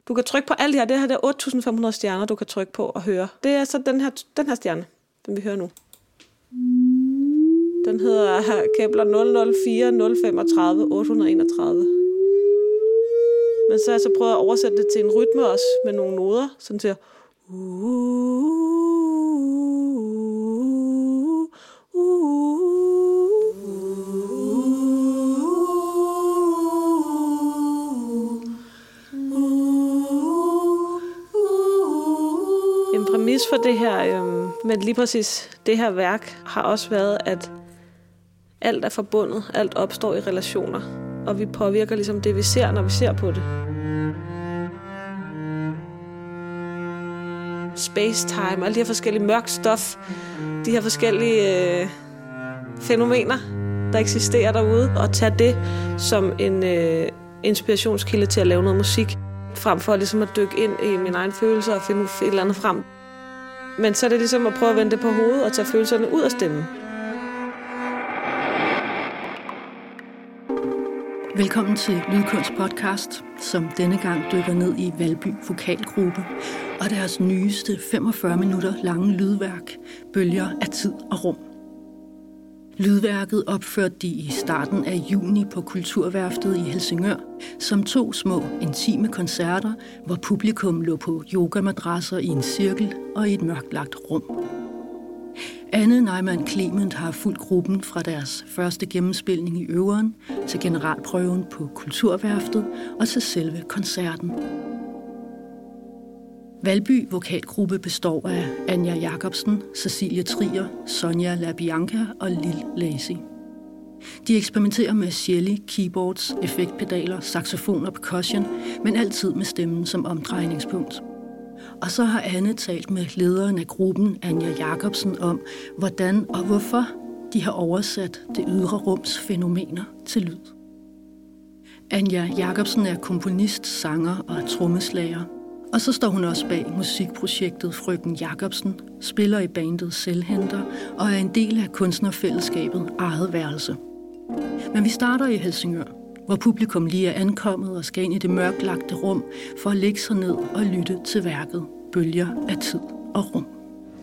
Du kan trykke på alle de her. Det her er 8.500 stjerner, du kan trykke på og høre. Det er så den her stjerne, den vi hører nu. Den hedder Kepler 004 035 831. Men så har jeg så prøvet at oversætte det til en rytme også, med nogle noder, sådan til En præmis for det her, men lige præcis det her værk, har også været, at alt er forbundet, alt opstår i relationer, og vi påvirker ligesom det, vi ser, når vi ser på det. Space-time, alle de her forskellige mørk stof, de her forskellige fænomener, der eksisterer derude, og tage det som en inspirationskilde til at lave noget musik, frem for ligesom at dykke ind i mine egne følelser og finde et eller andet frem. Men så er det ligesom at prøve at vende det på hovedet og tage følelserne ud af stemmen. Velkommen til Lydkunst podcast, som denne gang dykker ned i Valby Vokalgruppe og deres nyeste 45 minutter lange lydværk, Bølger af tid og rum. Lydværket opførte de i starten af juni på Kulturværftet i Helsingør som 2 små, intime koncerter, hvor publikum lå på yogamadrasser i en cirkel og i et mørklagt rum. Anne Neumann Clement har fulgt gruppen fra deres første gennemspilning i Øveren til generalprøven på Kulturværftet og til selve koncerten. Valby Vokalgruppe består af Anja Jacobsen, Cecilie Trier, Sonja LaBianca og Lil Lacy. De eksperimenterer med cello, keyboards, effektpedaler, saxofon og percussion, men altid med stemmen som omdrejningspunkt. Og så har Anne talt med lederen af gruppen, Anja Jacobsen, om hvordan og hvorfor de har oversat det ydre rums fænomener til lyd. Anja Jacobsen er komponist, sanger og trommeslager. Og så står hun også bag musikprojektet Frøken Jacobsen, spiller i bandet Selvhenter og er en del af kunstnerfællesskabet Eget Værelse. Men vi starter i Helsingør, hvor publikum lige er ankommet og skal ind i det mørklagte rum for at lægge sig ned og lytte til værket Bølger af tid og rum.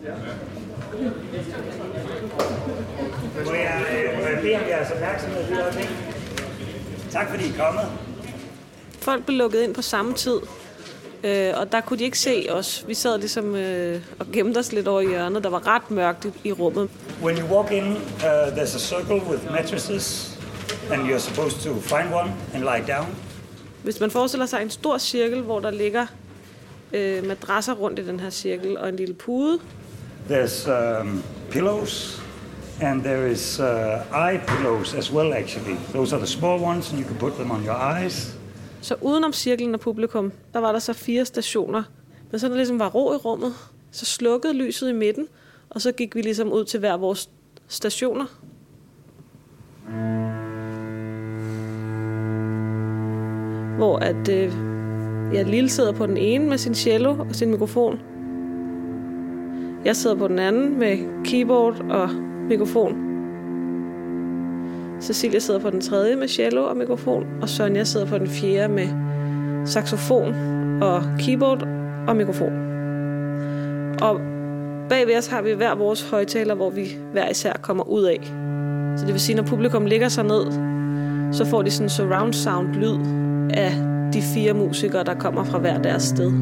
Må jeg bede om jeres opmærksomhed lige øjeblik? Tak fordi I er kommet. Folk blev lukket ind på samme tid. Og der kunne de ikke se os. Vi sad ligesom og gemte os lidt over i hjørnet. Der var ret mørkt i rummet. When you walk in, there's a circle with mattresses, and you're supposed to find one and lie down. Hvis man forestiller sig en stor cirkel, hvor der ligger madrasser rundt i den her cirkel og en lille pude. There's pillows, and there is eye pillows as well actually. Those are the small ones, and you can put them on your eyes. Så udenom cirklen og publikum, der var der så 4 stationer. Men så der ligesom var ro i rummet, så slukkede lyset i midten, og så gik vi ligesom ud til hver vores stationer. Hvor at Lille sidder på den ene med sin cello og sin mikrofon. Jeg sidder på den anden med keyboard og mikrofon. Cecilia sidder på den tredje med cello og mikrofon, og Sonja sidder på den fjerde med saxofon og keyboard og mikrofon. Og bagved os har vi hver vores højtaler, hvor vi hver især kommer ud af. Så det vil sige, når publikum ligger sig ned, så får de sådan en surround sound lyd af de 4 musikere, der kommer fra hver deres sted.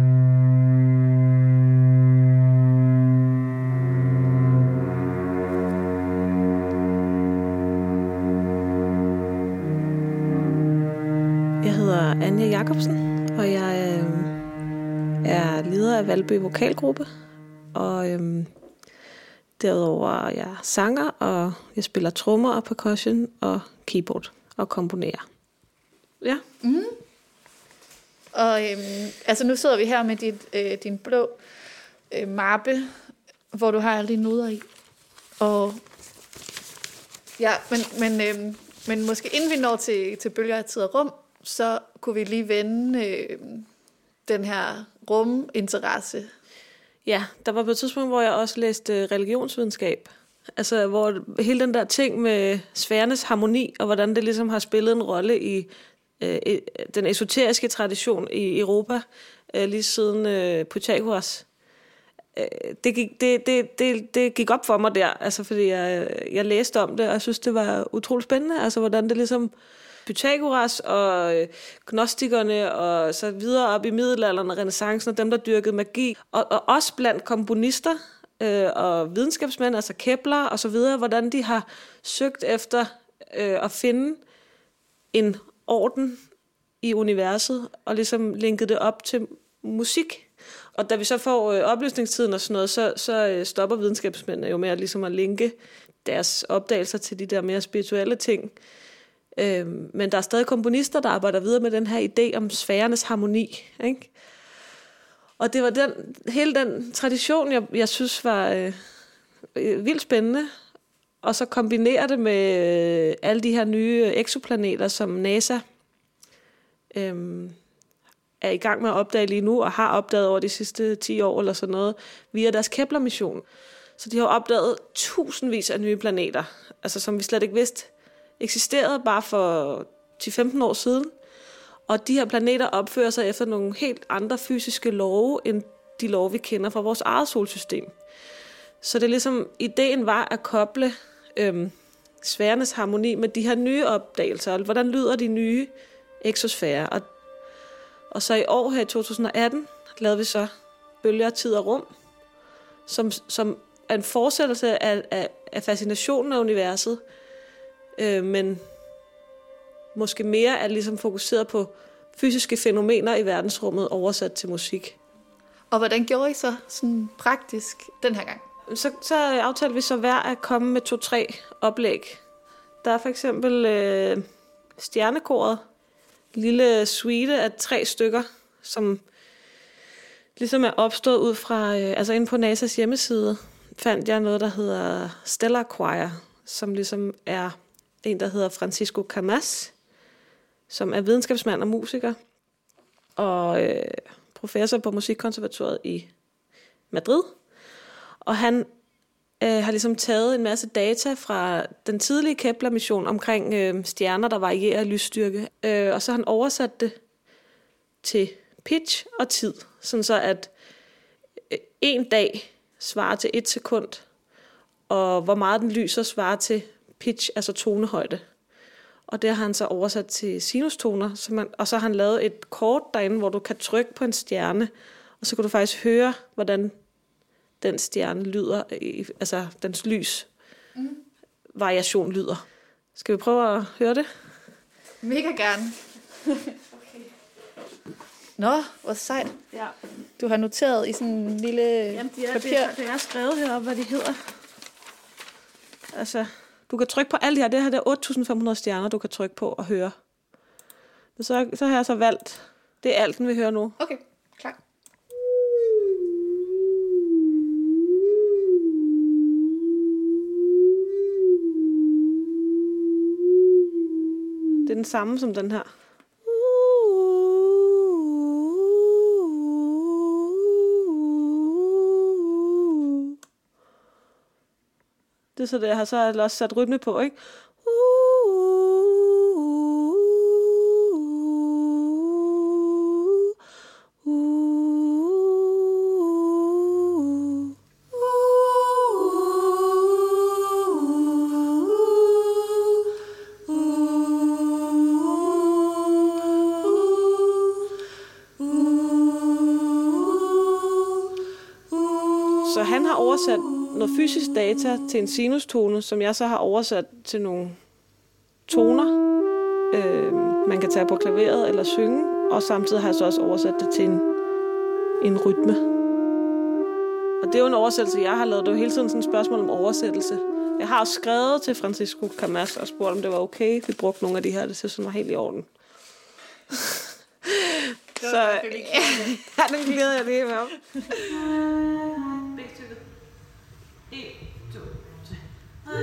Anja Jacobsen, og jeg er leder af Valby Vokalgruppe, og derudover er jeg sanger, og jeg spiller trommer og percussion og keyboard og komponerer. Ja. Mm. Og altså nu sidder vi her med din blå mappe, hvor du har alle dine noder i. Og ja, men måske inden vi når til Bølger af tid og rum, så kunne vi lige vende den her ruminteresse. Ja, der var på et tidspunkt, hvor jeg også læste religionsvidenskab. Altså, hvor hele den der ting med sfærernes harmoni, og hvordan det ligesom har spillet en rolle i den esoteriske tradition i Europa, lige siden Pythagoras. Det gik op for mig der, altså fordi jeg læste om det, og jeg synes, det var utroligt spændende, altså hvordan det ligesom Pythagoras og gnostikerne og så videre op i middelalderen og renæssancen, og dem, der dyrkede magi, og også blandt komponister og videnskabsmænd, altså Kepler og så videre, hvordan de har søgt efter at finde en orden i universet, og ligesom linket det op til musik. Og da vi så får oplysningstiden og sådan noget, så stopper videnskabsmændene jo med at, ligesom at linke deres opdagelser til de der mere spirituelle ting. Men der er stadig komponister, der arbejder videre med den her idé om sfærernes harmoni. Ikke? Og det var hele den tradition, jeg synes var vildt spændende. Og så kombinere det med alle de her nye eksoplaneter, som NASA er i gang med at opdage lige nu, og har opdaget over de sidste 10 år eller sådan noget, via deres Kepler-mission. Så de har opdaget tusindvis af nye planeter, altså som vi slet ikke vidste eksisterede bare for 10-15 år siden. Og de her planeter opfører sig efter nogle helt andre fysiske love, end de love, vi kender fra vores eget solsystem. Så det er ligesom, ideen var at koble sfærernes harmoni med de her nye opdagelser. Hvordan lyder de nye eksosfærer? Og så i år her i 2018 lavede vi så Bølger, tid og rum, som er en fortsættelse af fascinationen af universet, men måske mere er ligesom fokuseret på fysiske fænomener i verdensrummet oversat til musik. Og hvordan gjorde I så sådan praktisk den her gang? Så aftalte vi så hver at komme med 2-3 oplæg. Der er for eksempel stjernekoret, lille suite af 3 stykker, som ligesom er opstået ud fra, altså inde på NASA's hjemmeside, fandt jeg noget, der hedder Stellar Choir, som ligesom er en, der hedder Francisco Camas, som er videnskabsmand og musiker, og professor på Musikkonservatoriet i Madrid. Og han har ligesom taget en masse data fra den tidlige Kepler-mission omkring stjerner, der varierer i lysstyrke. Og så har han oversat det til pitch og tid, sådan så at en dag svarer til 1 sekund, og hvor meget den lyser svarer til pitch, altså tonehøjde. Og det har han så oversat til sinustoner, og så har han lavet et kort derinde, hvor du kan trykke på en stjerne, og så kan du faktisk høre, hvordan den stjerne lyder, altså dens lys variation lyder. Skal vi prøve at høre det? Mega gerne. Okay. Nå, hvor sejt. Ja. Du har noteret i sådan en lille papir. Det er skrevet heroppe, hvad de hedder. Altså, du kan trykke på alle de her. Det her der er 8.500 stjerner, du kan trykke på og høre. Så har jeg så valgt. Det er alt, den vi hører nu. Okay, klar. Det er den samme som den her. Det er så det, jeg har så også sat rytme på, ikke? Så han har oversat noget fysisk data til en sinustone, som jeg så har oversat til nogle toner, man kan tage på klaveret eller synge, og samtidig har jeg så også oversat det til en rytme. Og det er jo en oversættelse, jeg har lavet. Det er jo hele tiden sådan et spørgsmål om oversættelse. Jeg har også skrevet til Francisco Camas og spurgt, om det var okay. Vi brugte nogle af de her, det synes jeg var helt i orden. Så ja, den glæder jeg lige med op. 1, 2, 3.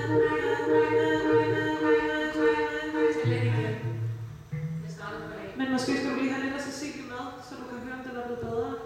Men måske skal du lige have lidt af Cecilie med, så du kan høre, om den er blevet bedre.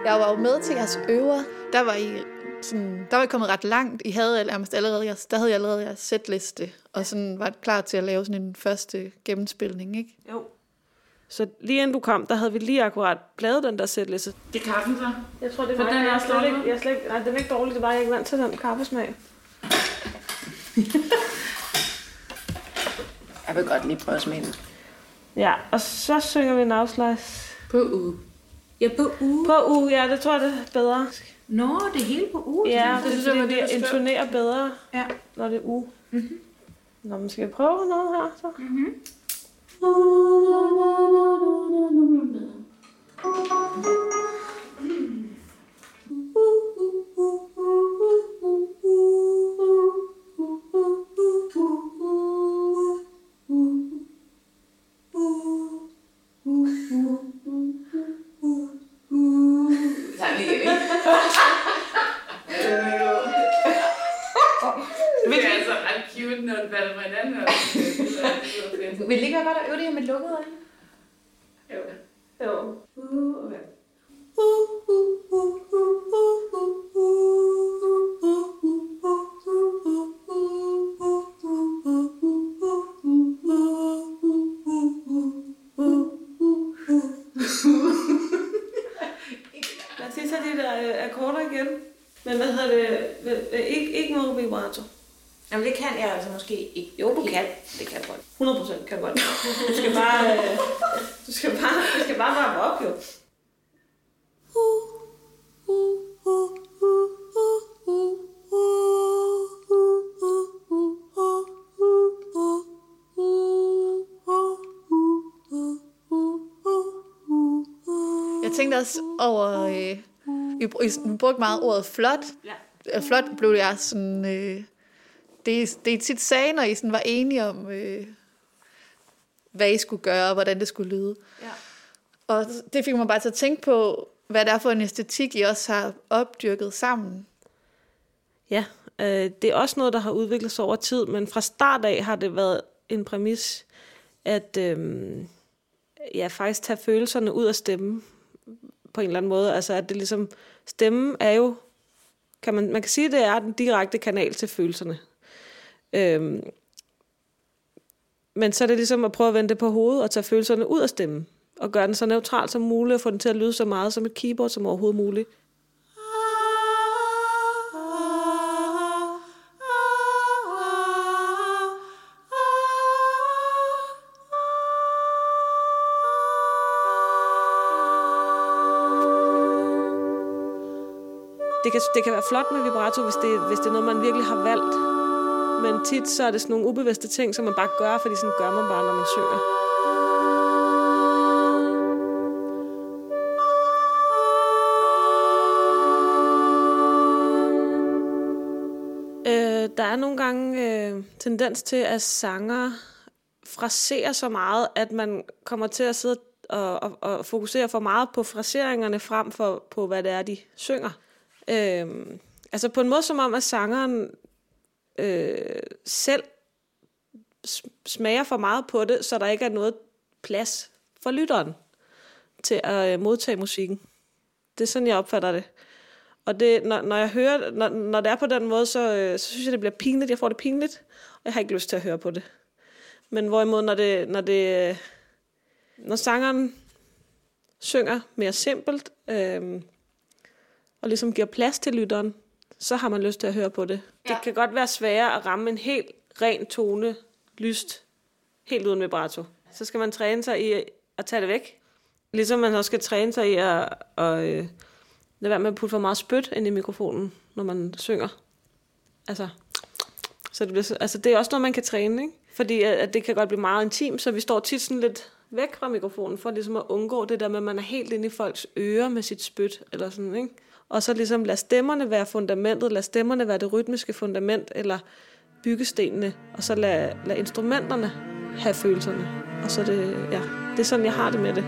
Jeg var jo med til jeres øver. Der var I kommet ret langt. I havde allerede jeres setliste, og sådan var klar til at lave sådan en første gennemspilning, ikke? Jo. Så lige inden du kom, der havde vi lige akkurat lavet den der setliste. Det er kaffen så? Jeg tror, det For var den er slet ikke... Nej, den er ikke dårlig. Det var, jeg ikke vant til den kaffesmag. Jeg vil godt lige prøve at smage den. Ja, og så synger vi en afslice. På uge. Ja, på uge. På uge, ja, det tror jeg, det er bedre. Nå, det er hele på uge. Ja, det det er fordi, vi intonerer bedre, ja. Når det er uge. Mm-hmm. Nå, men skal vi prøve noget her, så? Mm-hmm. Vil det ikke være godt at øve det her med lukkede øjne? Jo. Okay. Lad os lige tage de der akkorder igen. Men hvad hedder det? Ikke noget vibrato. Jamen det kan jeg altså måske ikke. Jo, du kan. Det kan du godt. 100% kan du godt. Du skal bare varme op, jo. Jeg tænkte også over... vi brugte meget ordet flot. Ja. Flot blev jeg sådan... Det er tit sagde, når I sådan var enige om, hvad I skulle gøre, og hvordan det skulle lyde. Ja. Og det fik mig bare til at tænke på, hvad det er for en æstetik, I også har opdyrket sammen. Ja, det er også noget, der har udviklet sig over tid, men fra start af har det været en præmis, at faktisk tage følelserne ud af stemmen på en eller anden måde. Altså at det ligesom, stemmen er jo, man kan sige, det er den direkte kanal til følelserne. Men så er det ligesom at prøve at vende det på hovedet og tage følelserne ud af stemmen og gøre den så neutral som muligt og få den til at lyde så meget som et keyboard som overhovedet muligt. Det kan være flot med vibrato, hvis det er noget, man virkelig har valgt. Men tit så er det sådan nogle ubevidste ting, som man bare gør, fordi sådan gør man bare, når man synger. Der er nogle gange tendens til, at sanger fraserer så meget, at man kommer til at sidde og fokusere for meget på fraseringerne frem for på, hvad det er, de synger. Altså på en måde som om, at sangeren selv smager for meget på det, så der ikke er noget plads for lytteren til at modtage musikken. Det er sådan, jeg opfatter det. Og det, når jeg hører, når det er på den måde, så synes jeg, det bliver pinligt. Jeg får det pinligt, og jeg har ikke lyst til at høre på det. Men hvorimod, når sangeren synger mere simpelt, og ligesom giver plads til lytteren, så har man lyst til at høre på det. Ja. Det kan godt være sværere at ramme en helt ren tone, lyst, helt uden vibrato. Så skal man træne sig i at tage det væk. Ligesom man også skal træne sig i at lade være med at putte for meget spyt ind i mikrofonen, når man synger. Altså, så det er også noget, man kan træne, ikke? Fordi at det kan godt blive meget intimt, så vi står tit sådan lidt væk fra mikrofonen, for ligesom at undgå det der med, at man er helt inde i folks ører med sit spyt, eller sådan, ikke? Og så ligesom lad stemmerne være fundamentet, lad stemmerne være det rytmiske fundament, eller byggestenene, og så lad instrumenterne have følelserne. Og så det er sådan, jeg har det med det.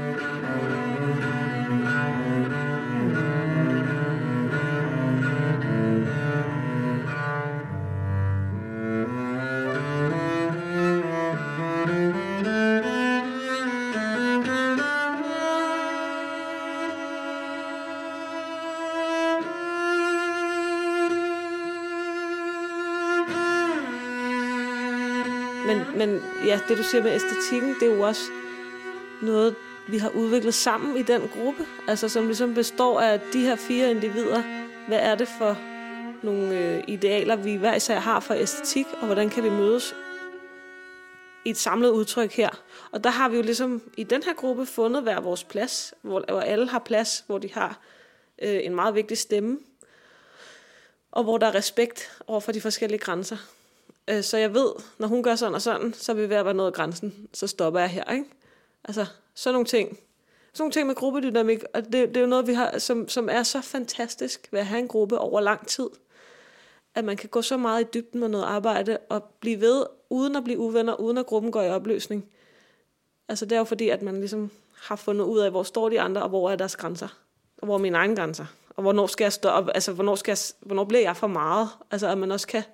Men ja, det du siger med æstetikken, det er jo også noget, vi har udviklet sammen i den gruppe. Altså som ligesom består af de her 4 individer. Hvad er det for nogle idealer, vi hver især har for æstetik, og hvordan kan vi mødes i et samlet udtryk her. Og der har vi jo ligesom i den her gruppe fundet hver vores plads, hvor alle har plads, hvor de har en meget vigtig stemme, og hvor der er respekt over for de forskellige grænser. Så jeg ved, når hun gør sådan og sådan, så vil vi være nået grænsen, så stopper jeg her, ikke? Altså, sådan nogle ting. Sådan nogle ting med gruppedynamik, og det er jo noget, vi har, som er så fantastisk ved at have en gruppe over lang tid. At man kan gå så meget i dybden med noget arbejde, og blive ved, uden at blive uvenner, uden at gruppen går i opløsning. Altså, det er jo fordi, at man ligesom har fundet ud af, hvor står de andre, og hvor er deres grænser. Og hvor er mine egne grænser. Og hvornår skal jeg stoppe, altså, hvornår bliver jeg for meget? Altså, at man også kan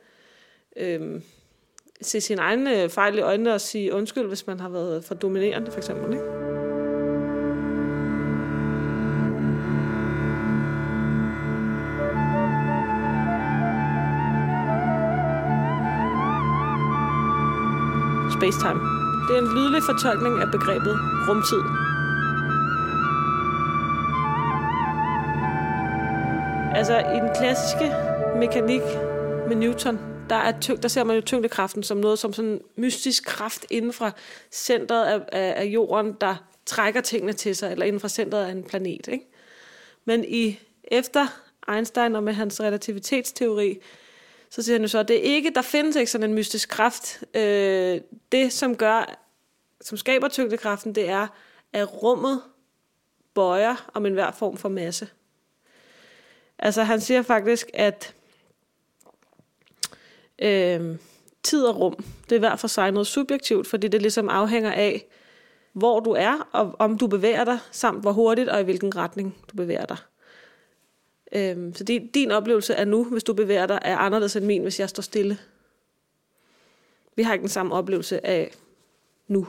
se sin egen fejl i øjnene og sige undskyld, hvis man har været for dominerende, for eksempel, ikke? Spacetime. Det er en lydlig fortolkning af begrebet rumtid. Altså, i den klassiske mekanik med Newton, der ser man jo tyngdekraften som noget som sådan en mystisk kraft inden fra centret af jorden, der trækker tingene til sig, eller inden fra centret af en planet, ikke? Men efter Einstein og med hans relativitetsteori, så siger han jo så, at der findes ikke sådan en mystisk kraft. Det, som skaber tyngdekraften, det er, at rummet bøjer om enhver form for masse. Altså, han siger faktisk, at tid og rum, det er hver for sig noget subjektivt, fordi det ligesom afhænger af, hvor du er, og om du bevæger dig, samt hvor hurtigt og i hvilken retning du bevæger dig. Så din oplevelse af nu, hvis du bevæger dig, er anderledes end min, hvis jeg står stille. Vi har ikke den samme oplevelse af nu.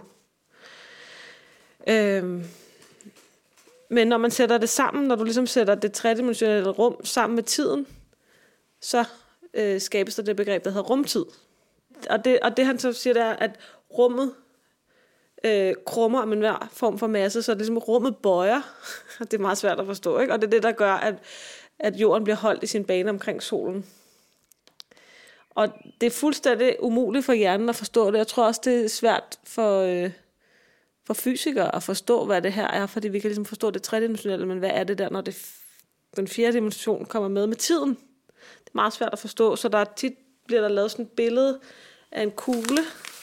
Men når man sætter det sammen, når du ligesom sætter det tredimensionelle rum sammen med tiden, så skabes der det begreb, der hedder rumtid. Og det han så siger, det er, at rummet krummer om enhver form for masse, så det ligesom rummet bøjer. Det er meget svært at forstå, ikke? Og det er det, der gør, at jorden bliver holdt i sin bane omkring solen. Og det er fuldstændig umuligt for hjernen at forstå det. Jeg tror også, det er svært for fysikere at forstå, hvad det her er, fordi vi kan ligesom forstå det tredimensionelle, men hvad er det der, når den 4. dimension kommer med tiden? Det er meget svært at forstå, så tit bliver der lavet sådan et billede af en kugle.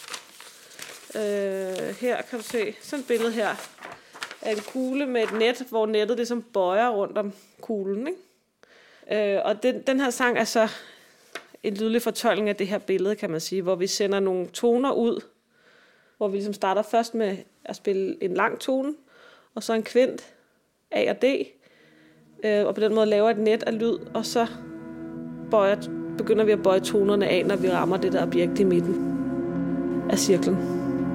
Her kan du se sådan et billede her af en kugle med et net, hvor nettet ligesom bøjer rundt om kuglen, ikke? Og den her sang er så en lydelig fortolkning af det her billede, kan man sige, hvor vi sender nogle toner ud, hvor vi ligesom starter først med at spille en lang tone, og så en kvint, A og D, og på den måde laver et net af lyd, og så begynder vi at bøje tonerne af, når vi rammer det der objekt i midten af cirklen.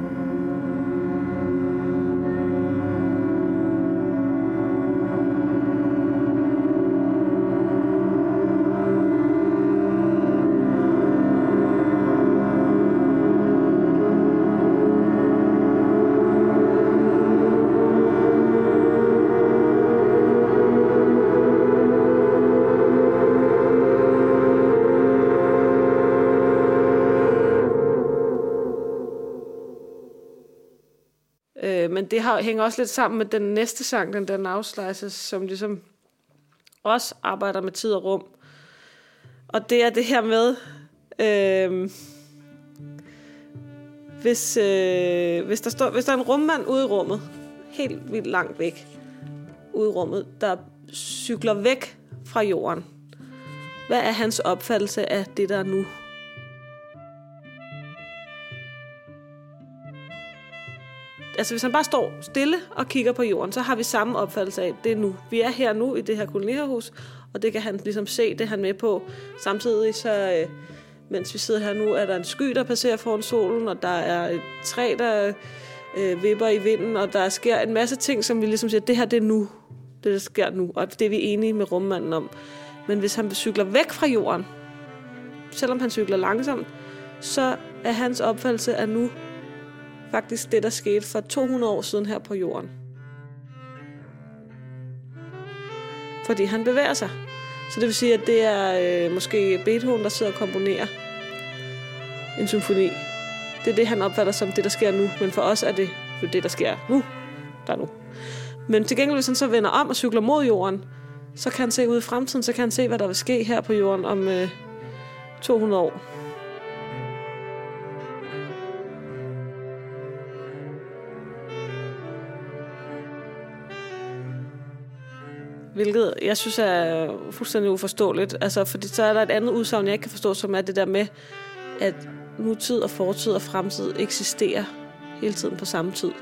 Men det hænger også lidt sammen med den næste sang, den der Now Slices, som ligesom også arbejder med tid og rum. Og det er det her med, hvis der er en rummand ude i rummet, helt vildt langt væk ude i rummet, der cykler væk fra jorden. Hvad er hans opfattelse af det, der er nu? Altså hvis han bare står stille og kigger på jorden, så har vi samme opfattelse af, det er nu. Vi er her nu i det her kolonihus, og det kan han ligesom se, det er han med på. Samtidig så, mens vi sidder her nu, er der en sky, der passerer foran solen, og der er et træ, der vipper i vinden, og der sker en masse ting, som vi ligesom siger, det her det er nu. Det der sker nu, og det er vi enige med rummanden om. Men hvis han cykler væk fra jorden, selvom han cykler langsomt, så er hans opfattelse af nu faktisk det, der skete for 200 år siden her på jorden. Fordi han bevæger sig. Så det vil sige, at det er måske Beethoven, der sidder og komponerer en symfoni. Det er det, han opfatter som det, der sker nu. Men for os er det jo det, der sker nu. Der er nu. Men til gengæld, hvis han så vender om og cykler mod jorden, så kan han se ud i fremtiden, så kan han se, hvad der vil ske her på jorden om 200 år. Hvilket jeg synes er fuldstændig uforståeligt. Altså, fordi så er der et andet udsagn, jeg ikke kan forstå, som er det der med, at nutid og fortid og fremtid eksisterer hele tiden på samme tid.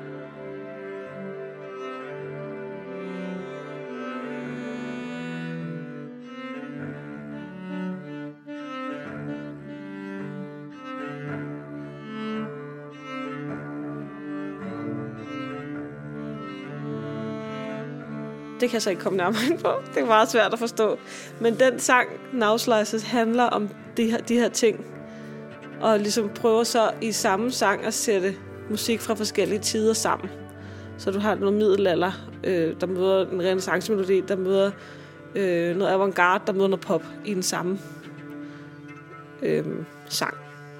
Det kan jeg så ikke komme nærmere ind på. Det er meget svært at forstå. Men den sang, Now Slices, handler om de her ting. Og ligesom prøver så i samme sang at sætte musik fra forskellige tider sammen. Så du har noget middelalder, der møder en renæssancemelodi, der møder noget avantgarde, der møder noget pop i den samme sang.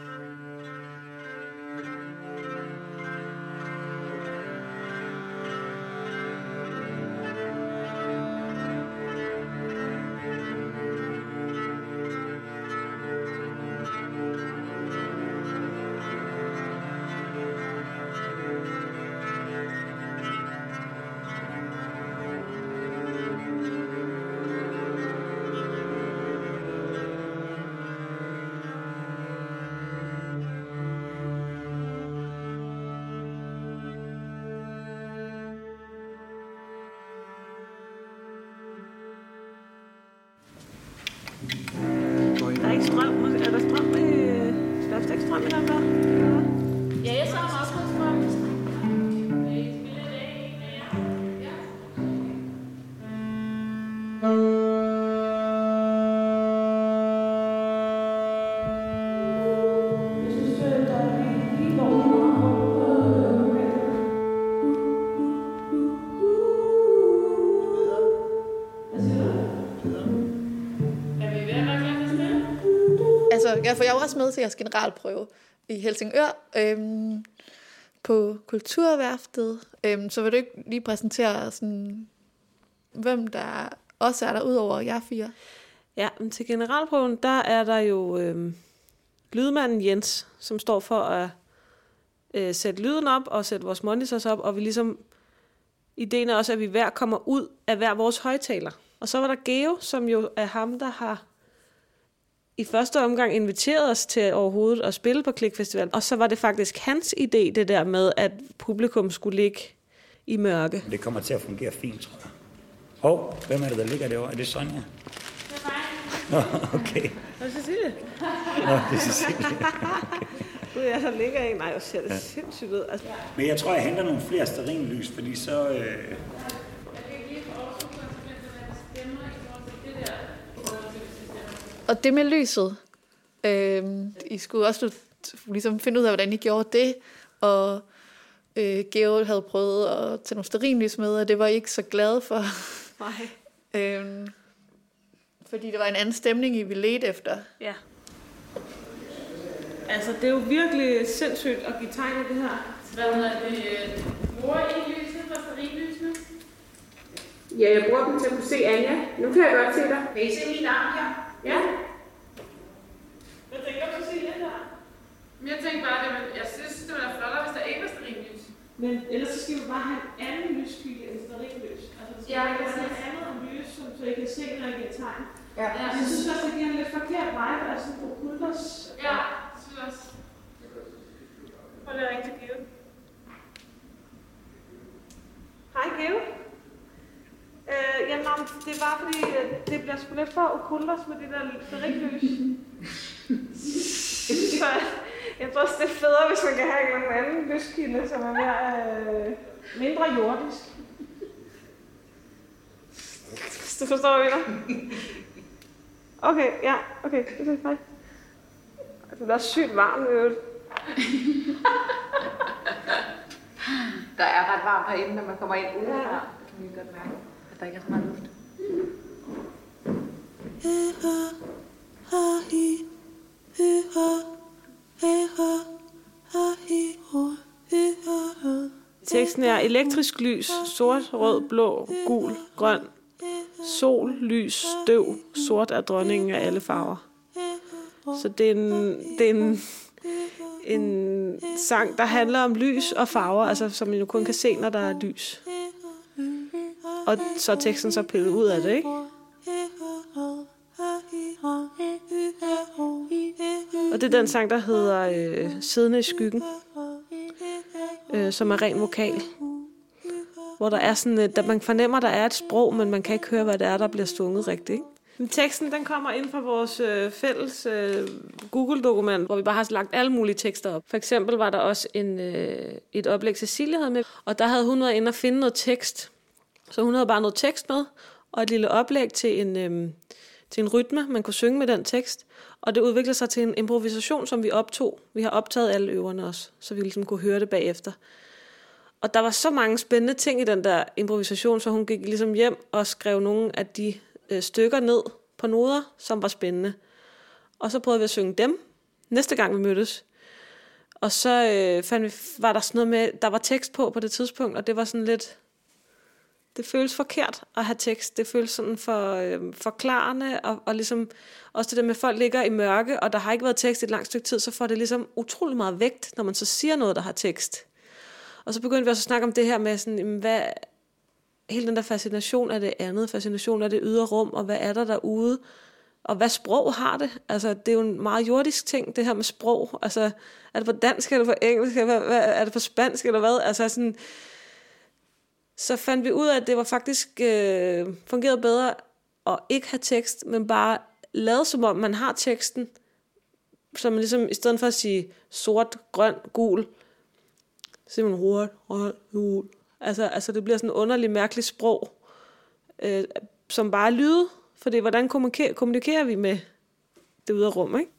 Der er ikke strøm. Er der strøm i... Der er ikke strøm i den der? Ja, jeg savner også noget strøm. Ja, for jeg var også med til jeres generalprøve i Helsingør på Kulturværftet. Så vil du ikke lige præsentere, sådan, hvem der også er der ud over jer fire? Ja, men til generalprøven, der er der jo lydmanden Jens, som står for at sætte lyden op og sætte vores monitors op, og vi ligesom, ideen er også, at vi hver kommer ud af hver vores højtaler. Og så var der Geo, som jo er ham, der har i første omgang inviteret os til overhovedet at spille på Klikfestival. Og så var det faktisk hans idé, det der med, at publikum skulle ligge i mørke. Det kommer til at fungere fint, tror jeg. Hov, hvem er det, der ligger derovre? Er det Sonja? Det er mig. Okay. Hvad er Cecilie? Nå, det er Cecilie. Gud, jeg så ligger en. Nej, jeg ser det sindssygt ud. Altså. Men jeg tror, jeg henter nogle flere stearinlys, fordi så... Og det med lyset, I skulle også ligesom finde ud af, hvordan I gjorde det, og Geo havde prøvet at tage nogle stearinlys med, og det var I ikke så glade for. Nej. Fordi det var en anden stemning, I ville lede efter. Ja. Altså, det er jo virkelig sindssygt at give tegn af det her. Hvad er det? Bruger I lysene fra stearinlysene? Ja, jeg bruger dem til at kunne se Anja. Nu kan jeg godt se dig. Kan I se min arm her? Ja. Hvad tænker du, Cecilie, der? Men jeg tænkte bare, at jeg synes, det ville være flottere, hvis der ikke var stearinlys. Men ellers så skal vi bare have en anden lyskilde end stearinlys. Altså, det skal Ja, være præcis. noget andet om lys, så I kan se, når I giver tegn. Ja, Jeg synes også, det giver en lidt forkert vibe af sådan en okulders. Ja, jeg synes også. Prøv lige at ringe til Geo. Hej, Geo. Jamen, det er bare fordi, det bliver sgu lidt for okulders med de der stearinlys. Så jeg tror også, det er federe, hvis man kan have en eller anden lyskilde, som er mere, mindre jordisk. Hvis du forstår, hvad jeg mener. Okay, ja, okay. Hej. Det er også sygt varmt, øvrigt. Der er ret varmt herinde, når man kommer ind ude her. Det kan vi godt mærke, at der ikke er så meget luft. Teksten er elektrisk lys, sort, rød, blå, gul, grøn. Sol, lys, støv, sort er dronningen af alle farver. Så det er en sang, der handler om lys og farver, altså som man jo kun kan se, når der er lys. Og så er teksten så pillet ud af det, ikke? Og det er den sang, der hedder Siddende i skyggen, som er ren vokal. Hvor der er sådan, der man fornemmer, der er et sprog, men man kan ikke høre, hvad det er, der bliver sunget rigtigt, ikke? Men teksten, den kommer ind fra vores fælles Google-dokument, hvor vi bare har lagt alle mulige tekster op. For eksempel var der også et oplæg, Cecilie havde med, og der havde hun været inde og finde noget tekst. Så hun havde bare noget tekst med, og et lille oplæg til en rytme, man kunne synge med den tekst. Og det udviklede sig til en improvisation, som vi optog. Vi har optaget alle øverne også, så vi ligesom kunne høre det bagefter. Og der var så mange spændende ting i den der improvisation, så hun gik ligesom hjem og skrev nogle af de stykker ned på noder, som var spændende. Og så prøvede vi at synge dem næste gang vi mødtes. Og så var der sådan noget med, der var tekst på det tidspunkt, og det var sådan lidt, det føles forkert at have tekst. Det føles sådan forklarende, og ligesom også det der med, at folk ligger i mørke, og der har ikke været tekst i et langt stykke tid, så får det ligesom utrolig meget vægt, når man så siger noget, der har tekst. Og så begyndte vi også at snakke om det her med sådan, hvad hele den der fascination af det andet, fascination af det ydre rum, og hvad er der derude, og hvad sprog har det? Altså, det er jo en meget jordisk ting, det her med sprog. Altså, er det på dansk, eller på engelsk, eller er det på spansk, eller hvad? Altså, sådan, så fandt vi ud af, at det var faktisk fungeret bedre at ikke have tekst, men bare lade som om, man har teksten, så man ligesom, i stedet for at sige sort, grøn, gul, så siger man rød, gul. Altså det bliver sådan en underlig, mærkelig sprog, som bare er lyde. Fordi hvordan kommunikerer vi med det ydre rum, ikke?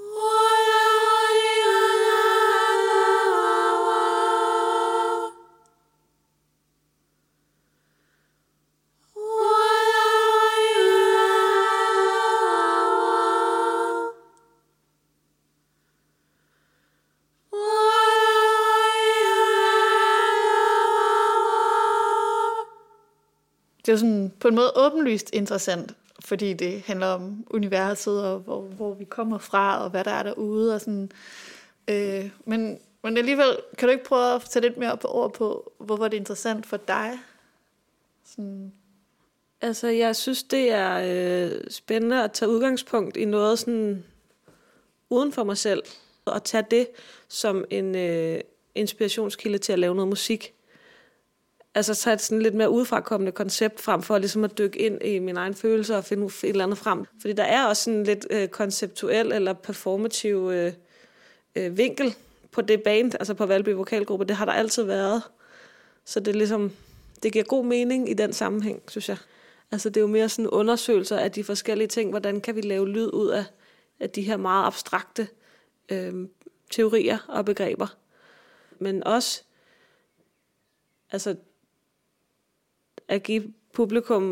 Det er jo sådan på en måde åbenlyst interessant, fordi det handler om universet, og hvor vi kommer fra, og hvad der er derude. Og sådan. Men alligevel, kan du ikke prøve at sætte lidt mere på ord på, hvorfor det er interessant for dig? Sådan. Altså, jeg synes, det er spændende at tage udgangspunkt i noget sådan uden for mig selv, og tage det som en inspirationskilde til at lave noget musik. Altså tage et sådan lidt mere udefrakommende koncept frem for ligesom at dykke ind i mine egne følelser og finde et eller andet frem. Fordi der er også sådan lidt konceptuel eller performativ vinkel på det band, altså på Valby Vokalgruppe. Det har der altid været. Så det er ligesom, det giver god mening i den sammenhæng, synes jeg. Altså det er jo mere sådan undersøgelser af de forskellige ting. Hvordan kan vi lave lyd ud af de her meget abstrakte teorier og begreber. Men også altså at give publikum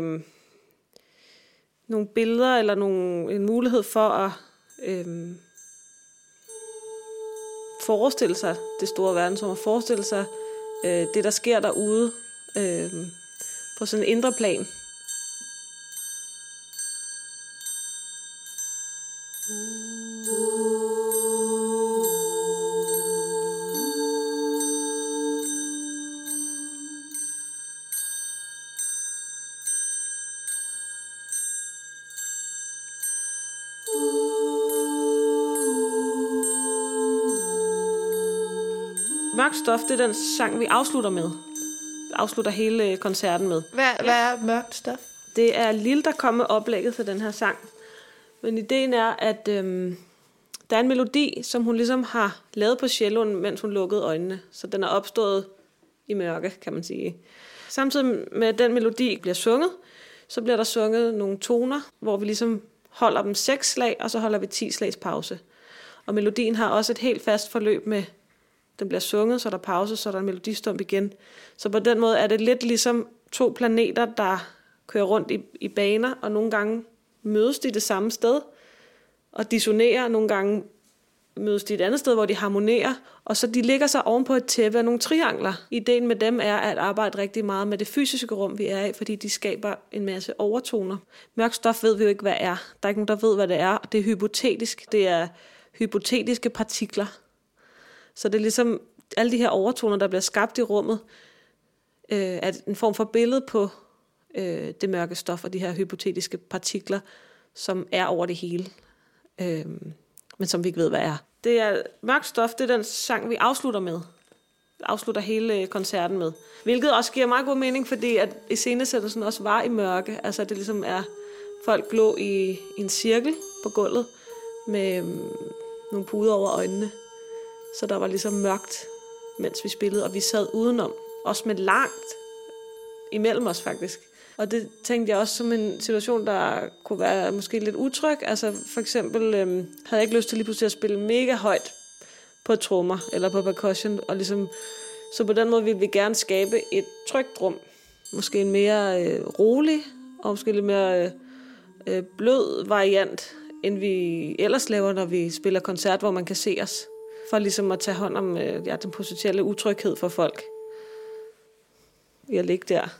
nogle billeder eller en mulighed for at forestille sig det store verdensrum, og forestille sig det, der sker derude på sådan en indre plan. Mørkt stof, det er den sang, vi afslutter med. Afslutter hele koncerten med. Hvad er mørkt stof? Det er Lille, der kom med oplægget til den her sang. Men ideen er, at der er en melodi, som hun ligesom har lavet på celloen, mens hun lukkede øjnene. Så den er opstået i mørke, kan man sige. Samtidig med, at den melodi bliver sunget, så bliver der sunget nogle toner, hvor vi ligesom holder dem 6 slag, og så holder vi 10 slags pause. Og melodien har også et helt fast forløb med, den bliver sunget, så er der pause, så er der en melodistump igen. Så på den måde er det lidt ligesom 2 planeter, der kører rundt i baner, og nogle gange mødes de det samme sted, og dissonerer, nogle gange mødes de et andet sted, hvor de harmonerer, og så de ligger sig oven på et tæppe af nogle triangler. Ideen med dem er at arbejde rigtig meget med det fysiske rum, vi er i, fordi de skaber en masse overtoner. Mørk stof ved vi jo ikke, hvad er. Der er ikke nogen, der ved, hvad det er, og det er hypotetisk. Det er hypotetiske partikler. Så det er ligesom alle de her overtoner, der bliver skabt i rummet, er en form for billede på det mørke stof og de her hypotetiske partikler, som er over det hele. Men som vi ikke ved, hvad er. Det er Mørk stof, det er den sang, vi afslutter med. Afslutter hele koncerten med. Hvilket også giver meget god mening, fordi at iscenesættelsen også var i mørke. Altså det ligesom er, folk lå i en cirkel på gulvet med nogle puder over øjnene. Så der var ligesom mørkt, mens vi spillede, og vi sad udenom. Også med langt imellem os faktisk. Og det tænkte jeg også som en situation, der kunne være måske lidt utryg. Altså for eksempel havde jeg ikke lyst til lige pludselig at spille mega højt på trommer eller på percussion. Og ligesom, så på den måde ville vi gerne skabe et trygt rum. Måske en mere rolig og måske lidt mere blød variant, end vi ellers laver, når vi spiller koncert, hvor man kan se os. For ligesom at tage hånd om den potentielle utryghed for folk. Jeg ligger der.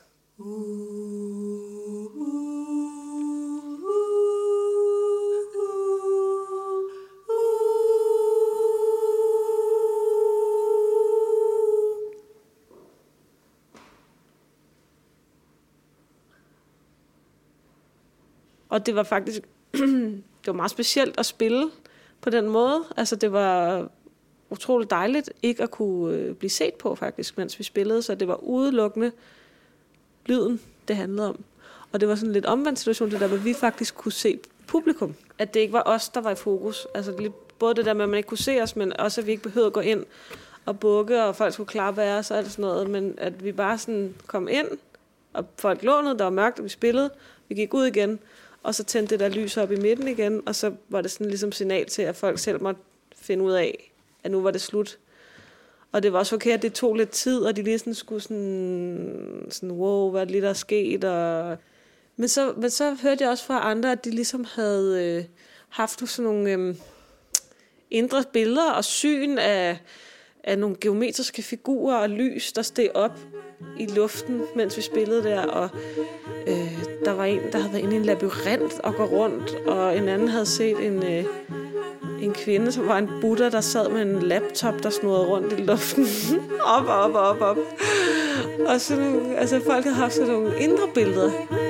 Og det var faktisk det var meget specielt at spille på den måde. Altså det var utroligt dejligt ikke at kunne blive set på faktisk, mens vi spillede. Så det var udelukkende lyden, det handlede om. Og det var sådan en lidt omvendt situation, det der, hvor vi faktisk kunne se publikum. At det ikke var os, der var i fokus. Altså både det der med, at man ikke kunne se os, men også at vi ikke behøvede at gå ind og bukke, og folk skulle klappe af os og alt sådan noget. Men at vi bare sådan kom ind, og folk lå ned, der var mørkt, og vi spillede. Vi gik ud igen, og så tændte det der lys op i midten igen, og så var det sådan ligesom signal til, at folk selv måtte finde ud af, at nu var det slut. Og det var også okay, at det tog lidt tid, og de lige sådan skulle sådan wow, hvad er det lige, der er sket? Men så hørte jeg også fra andre, at de ligesom havde haft sådan nogle indre billeder og syn af nogle geometriske figurer og lys, der steg op i luften, mens vi spillede der. Og der var en, der havde været inde i en labyrint og gå rundt, og en anden havde set en kvinde, som var en buddha, der sad med en laptop, der snurrede rundt i luften. op. Og sådan, altså folk havde haft sådan nogle indre billeder.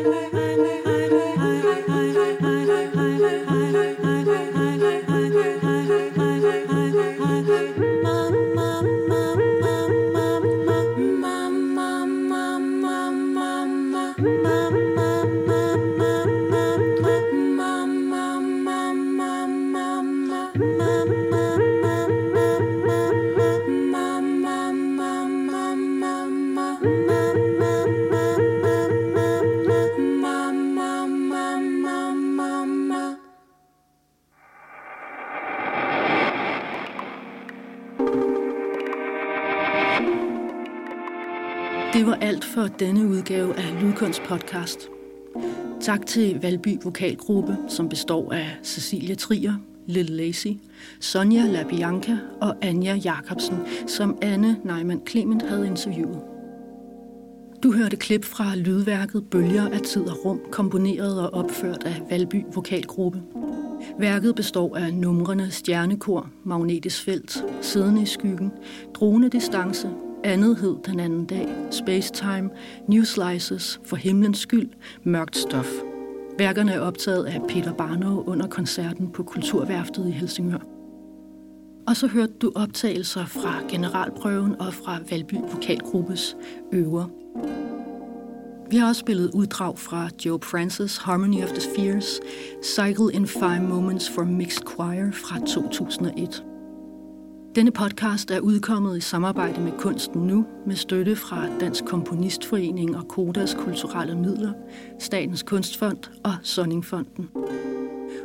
Det var alt for denne udgave af Lydkunst podcast. Tak til Valby Vokalgruppe, som består af Cecilie Trier, Lil Lacy, Sonja LaBianca og Anja Jacobsen, som Anne Neumann Clement havde interviewet. Du hørte klip fra lydværket Bølger af tid og rum, komponeret og opført af Valby Vokalgruppe. Værket består af numrene Stjernekor, Magnetisk felt, Siddende i skyggen, Drone distance, Andet hed den anden dag, Spacetime, New Slices, For himlens skyld, Mørkt stof. Værkerne er optaget af Peter Barnow under koncerten på Kulturværftet i Helsingør. Og så hørte du optagelser fra generalprøven og fra Valby Vokalgruppes øver. Vi har også spillet uddrag fra Joe Francis' Harmony of the Spheres, Cycle in 5 Moments for Mixed Choir fra 2001. Denne podcast er udkommet i samarbejde med Kunsten Nu, med støtte fra Dansk Komponistforening og Kodas Kulturelle Midler, Statens Kunstfond og Sonningfonden.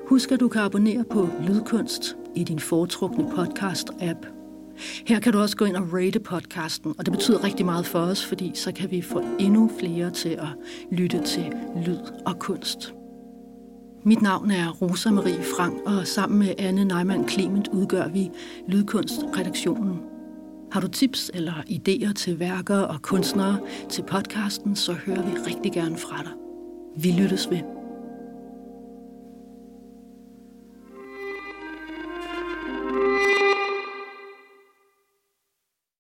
Husk, at du kan abonnere på Lydkunst i din foretrukne podcast-app. Her kan du også gå ind og rate podcasten, og det betyder rigtig meget for os, fordi så kan vi få endnu flere til at lytte til lyd og kunst. Mit navn er Rosa Marie Frank, og sammen med Anne Neumann Clement udgør vi Lydkunstredaktionen. Har du tips eller idéer til værker og kunstnere til podcasten, så hører vi rigtig gerne fra dig. Vi lyttes ved.